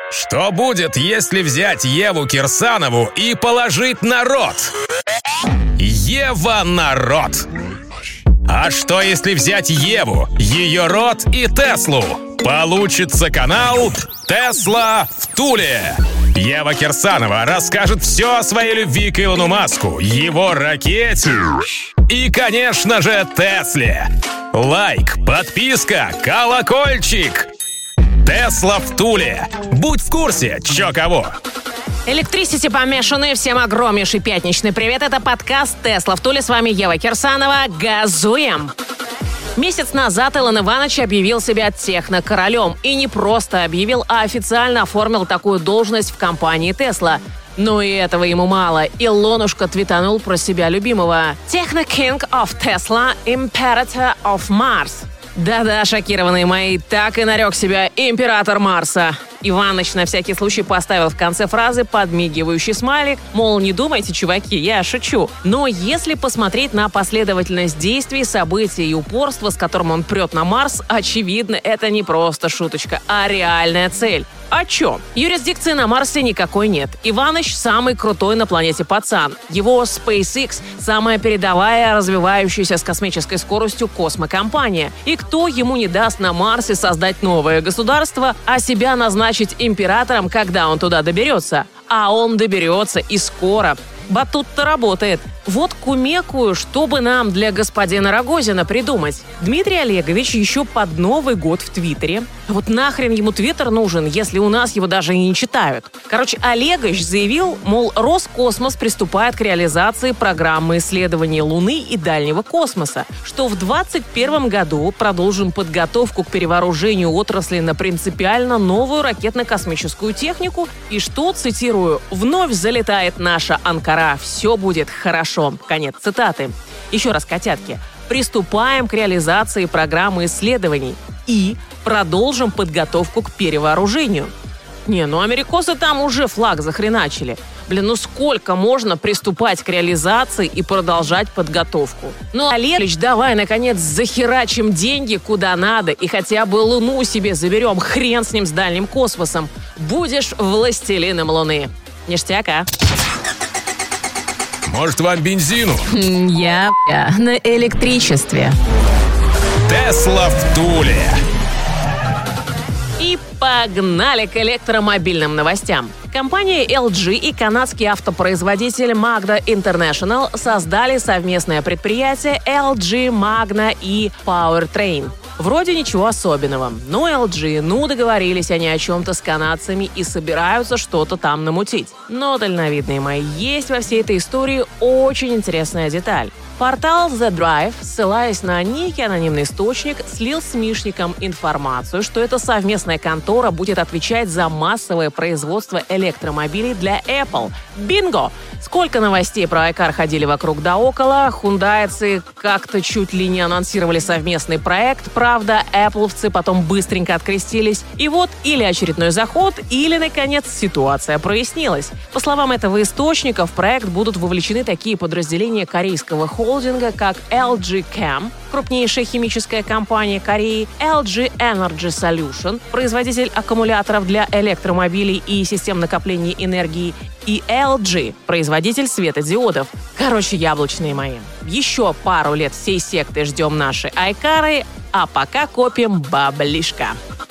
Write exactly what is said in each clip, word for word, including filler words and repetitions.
Что будет, если взять Еву Кирсанову и положить на рот? Ева на рот. А что, если взять Еву, ее рот и Теслу? Получится канал «Тесла в Туле». Ева Кирсанова расскажет все о своей любви к Илону Маску, его ракете и, конечно же, Тесле. Лайк, подписка, колокольчик. Тесла в Туле. Будь в курсе, чё кого. Электрисити помешанные, всем огромнейший пятничный привет. Это подкаст «Тесла в Туле». С вами Ева Кирсанова. Газуем! Месяц назад Илон Иванович объявил себя технокоролем. И не просто объявил, а официально оформил такую должность в компании Tesla. Но и этого ему мало. Илонушка твитанул про себя любимого. «Techno King of Tesla, Imperator of Mars». Да-да, шокированные мои, так и нарек себя император Марса. Иваныч на всякий случай поставил в конце фразы подмигивающий смайлик, мол, не думайте, чуваки, я шучу. Но если посмотреть на последовательность действий, событий и упорство, с которым он прет на Марс, очевидно, это не просто шуточка, а реальная цель. О чем? Юрисдикции на Марсе никакой нет. Иваныч самый крутой на планете пацан. Его SpaceX – самая передовая, развивающаяся с космической скоростью космокомпания. И кто ему не даст на Марсе создать новое государство, а себя назначить императором, когда он туда доберется? А он доберется и скоро. Батут-то работает. Вот кумекую, что бы нам для господина Рогозина придумать. Дмитрий Олегович еще под Новый год в Твиттере. Вот нахрен ему Твиттер нужен, если у нас его даже и не читают. Короче, Олегович заявил, мол, Роскосмос приступает к реализации программы исследований Луны и дальнего космоса, что в двадцать первом году продолжим подготовку к перевооружению отрасли на принципиально новую ракетно-космическую технику и что, цитирую, «вновь залетает наша Анкара, все будет хорошо». Конец цитаты. Еще раз, котятки. Приступаем к реализации программы исследований и продолжим подготовку к перевооружению. Не, ну америкосы там уже флаг захреначили. Блин, ну сколько можно приступать к реализации и продолжать подготовку? Ну, Олегович, давай, наконец, захерачим деньги куда надо и хотя бы Луну себе заберем, хрен с ним, с дальним космосом. Будешь властелином Луны. Ништяк, а? Может, вам бензину? Я, я на электричестве. Тесла в Туле. И погнали к электромобильным новостям. Компания эл джи и канадский автопроизводитель Magna International создали совместное предприятие эл джи Magna и Powertrain. Вроде ничего особенного. Ну, эл джи, ну, договорились они о чем-то с канадцами и собираются что-то там намутить. Но, дальновидные мои, есть во всей этой истории очень интересная деталь. Портал The Drive, ссылаясь на некий анонимный источник, слил СМИшникам информацию, что эта совместная контора будет отвечать за массовое производство электромобилей для Apple. Бинго! Сколько новостей про iCar ходили вокруг да около, хундайцы как-то чуть ли не анонсировали совместный проект, правда, эппловцы потом быстренько открестились. И вот или очередной заход, или, наконец, ситуация прояснилась. По словам этого источника, в проект будут вовлечены такие подразделения корейского холдинга, как эл джи Chem, крупнейшая химическая компания Кореи, эл джи Energy Solution, производитель аккумуляторов для электромобилей и систем накопления энергии, и эл джи, производитель светодиодов. Короче, яблочные мои. Еще пару лет всей секты ждем наши айкары, а пока копим баблишка.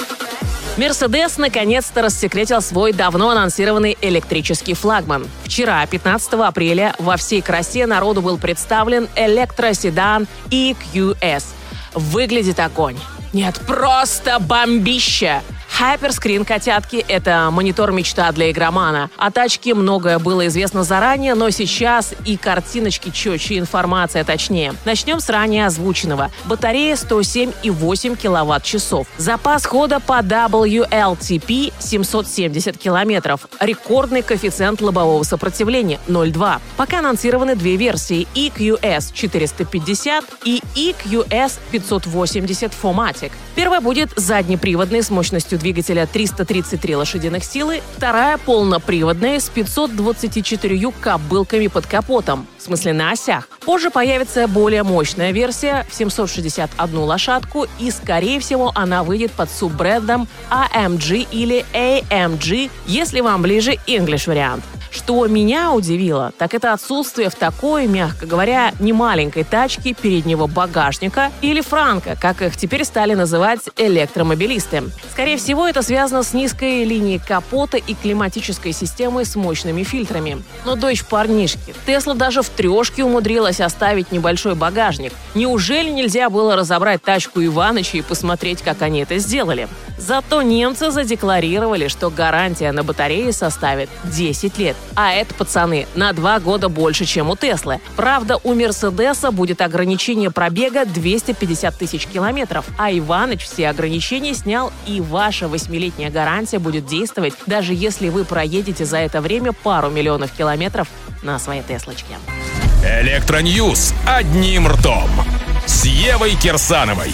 Мерседес наконец-то рассекретил свой давно анонсированный электрический флагман. Вчера, пятнадцатого апреля, во всей красе народу был представлен электроседан и кью эс. Выглядит огонь. Нет, просто бомбища! Hyperscreen, котятки, это монитор-мечта для игромана. О тачке многое было известно заранее, но сейчас и картиночки четче, информация точнее. Начнем с ранее озвученного. Батарея сто семь и восемь киловатт-часов. Запас хода по дабл ю эл ти пи семьсот семьдесят километров. Рекордный коэффициент лобового сопротивления ноль целых два десятых. Пока анонсированы две версии и кью эс четыреста пятьдесят и и кью эс пятьсот восемьдесят фор матик. Первая будет заднеприводной с мощностью двигателя триста тридцать три лошадиных силы, вторая полноприводная с пятьсот двадцатью четырьмя кобылками под капотом, в смысле на осях. Позже появится более мощная версия в семьсот шестьдесят одну лошадку, и, скорее всего, она выйдет под суббрендом эй эм джи или эй эм джи, если вам ближе English вариант. Что меня удивило, так это отсутствие в такой, мягко говоря, немаленькой тачке переднего багажника или франка, как их теперь стали называть электромобилисты. Скорее всего, это связано с низкой линией капота и климатической системой с мощными фильтрами. Но дочь парнишки, Тесла даже в трешке умудрилась оставить небольшой багажник. Неужели нельзя было разобрать тачку Иваныча и посмотреть, как они это сделали? Зато немцы задекларировали, что гарантия на батареи составит десять лет. А это, пацаны, на два года больше, чем у Теслы. Правда, у Мерседеса будет ограничение пробега двести пятьдесят тысяч километров, а Иваныч все ограничения снял, и ваша восьмилетняя гарантия будет действовать, даже если вы проедете за это время пару миллионов километров на своей Теслочке. Электроньюз одним ртом с Евой Кирсановой.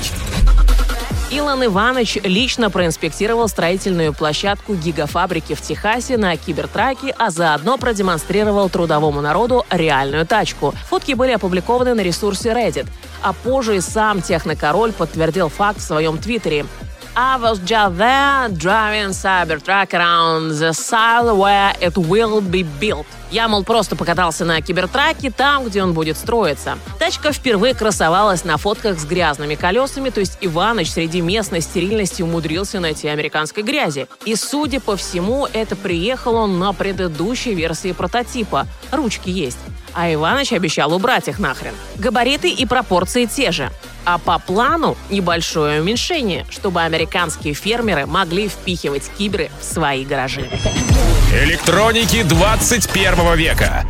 Илон Иваныч лично проинспектировал строительную площадку гигафабрики в Техасе на кибертраке, а заодно продемонстрировал трудовому народу реальную тачку. Фотки были опубликованы на ресурсе Reddit, а позже и сам технокороль подтвердил факт в своем твиттере. I was just there driving Cybertruck around the site where it will be built. Я, мол, просто покатался на кибертраке там, где он будет строиться. Тачка впервые красовалась на фотках с грязными колесами, то есть Иваныч среди местной стерильности умудрился найти американской грязи. И, судя по всему, это приехал он на предыдущей версии прототипа. Ручки есть. А Иваныч обещал убрать их нахрен. Габариты и пропорции те же. А по плану небольшое уменьшение, чтобы американские фермеры могли впихивать киберы в свои гаражи. Электроники двадцать первого века.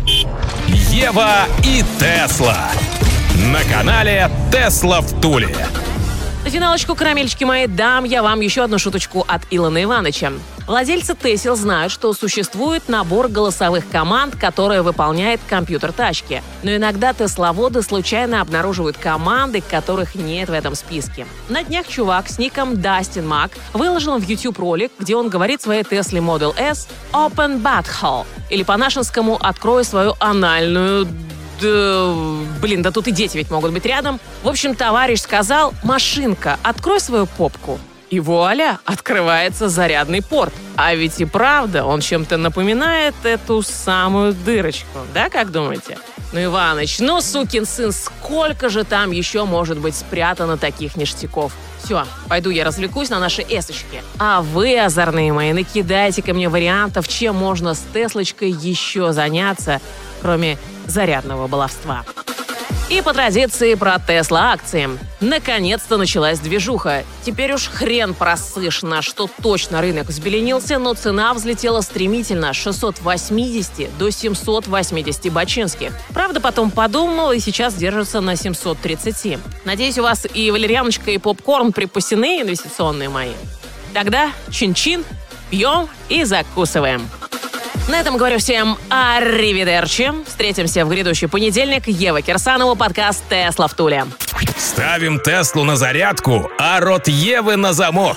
Ева и Тесла. На канале Тесла в Туле. На финалочку, карамельчики мои, дам я вам еще одну шуточку от Илона Иваныча. Владельцы Тесел знают, что существует набор голосовых команд, которые выполняет компьютер тачки. Но иногда тесловоды случайно обнаруживают команды, которых нет в этом списке. На днях чувак с ником Дастин Мак выложил в YouTube ролик, где он говорит своей Тесле Model S «Open Butthole», или по-нашенскому «Открой свою анальную...» Да, блин, да тут и дети ведь могут быть рядом. В общем, товарищ сказал: «Машинка, открой свою попку». И вуаля, открывается зарядный порт. А ведь и правда, он чем-то напоминает эту самую дырочку. Да, как думаете? Ну, Иваныч, ну, сукин сын, сколько же там еще может быть спрятано таких ништяков? Все, пойду я развлекусь на нашей эсочке. А вы, озорные мои, накидайте ко мне вариантов, чем можно с Теслочкой еще заняться, кроме зарядного баловства. И по традиции про Тесла-акции. Наконец-то началась движуха. Теперь уж хрен просышь, на что точно рынок взбеленился, но цена взлетела стремительно с шестисот восьмидесяти до семисот восьмидесяти бачинских. Правда, потом подумал и сейчас держится на семьсот тридцати. Надеюсь, у вас и валерьяночка, и попкорн припасены, инвестиционные мои. Тогда чин-чин, пьем и закусываем. На этом говорю всем арривидерчи. Встретимся в грядущий понедельник. Ева Кирсанова, подкаст «Тесла в Туле». Ставим Теслу на зарядку, а рот Евы на замок.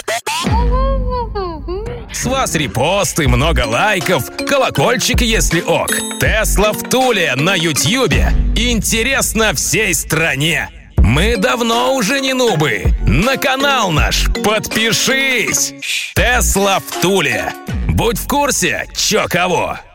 С вас репосты, много лайков, колокольчик, если ок. Тесла в Туле на Ютьюбе. Интересно всей стране. Мы давно уже не нубы. На канал наш подпишись. Тесла в Туле. Будь в курсе, чё кого.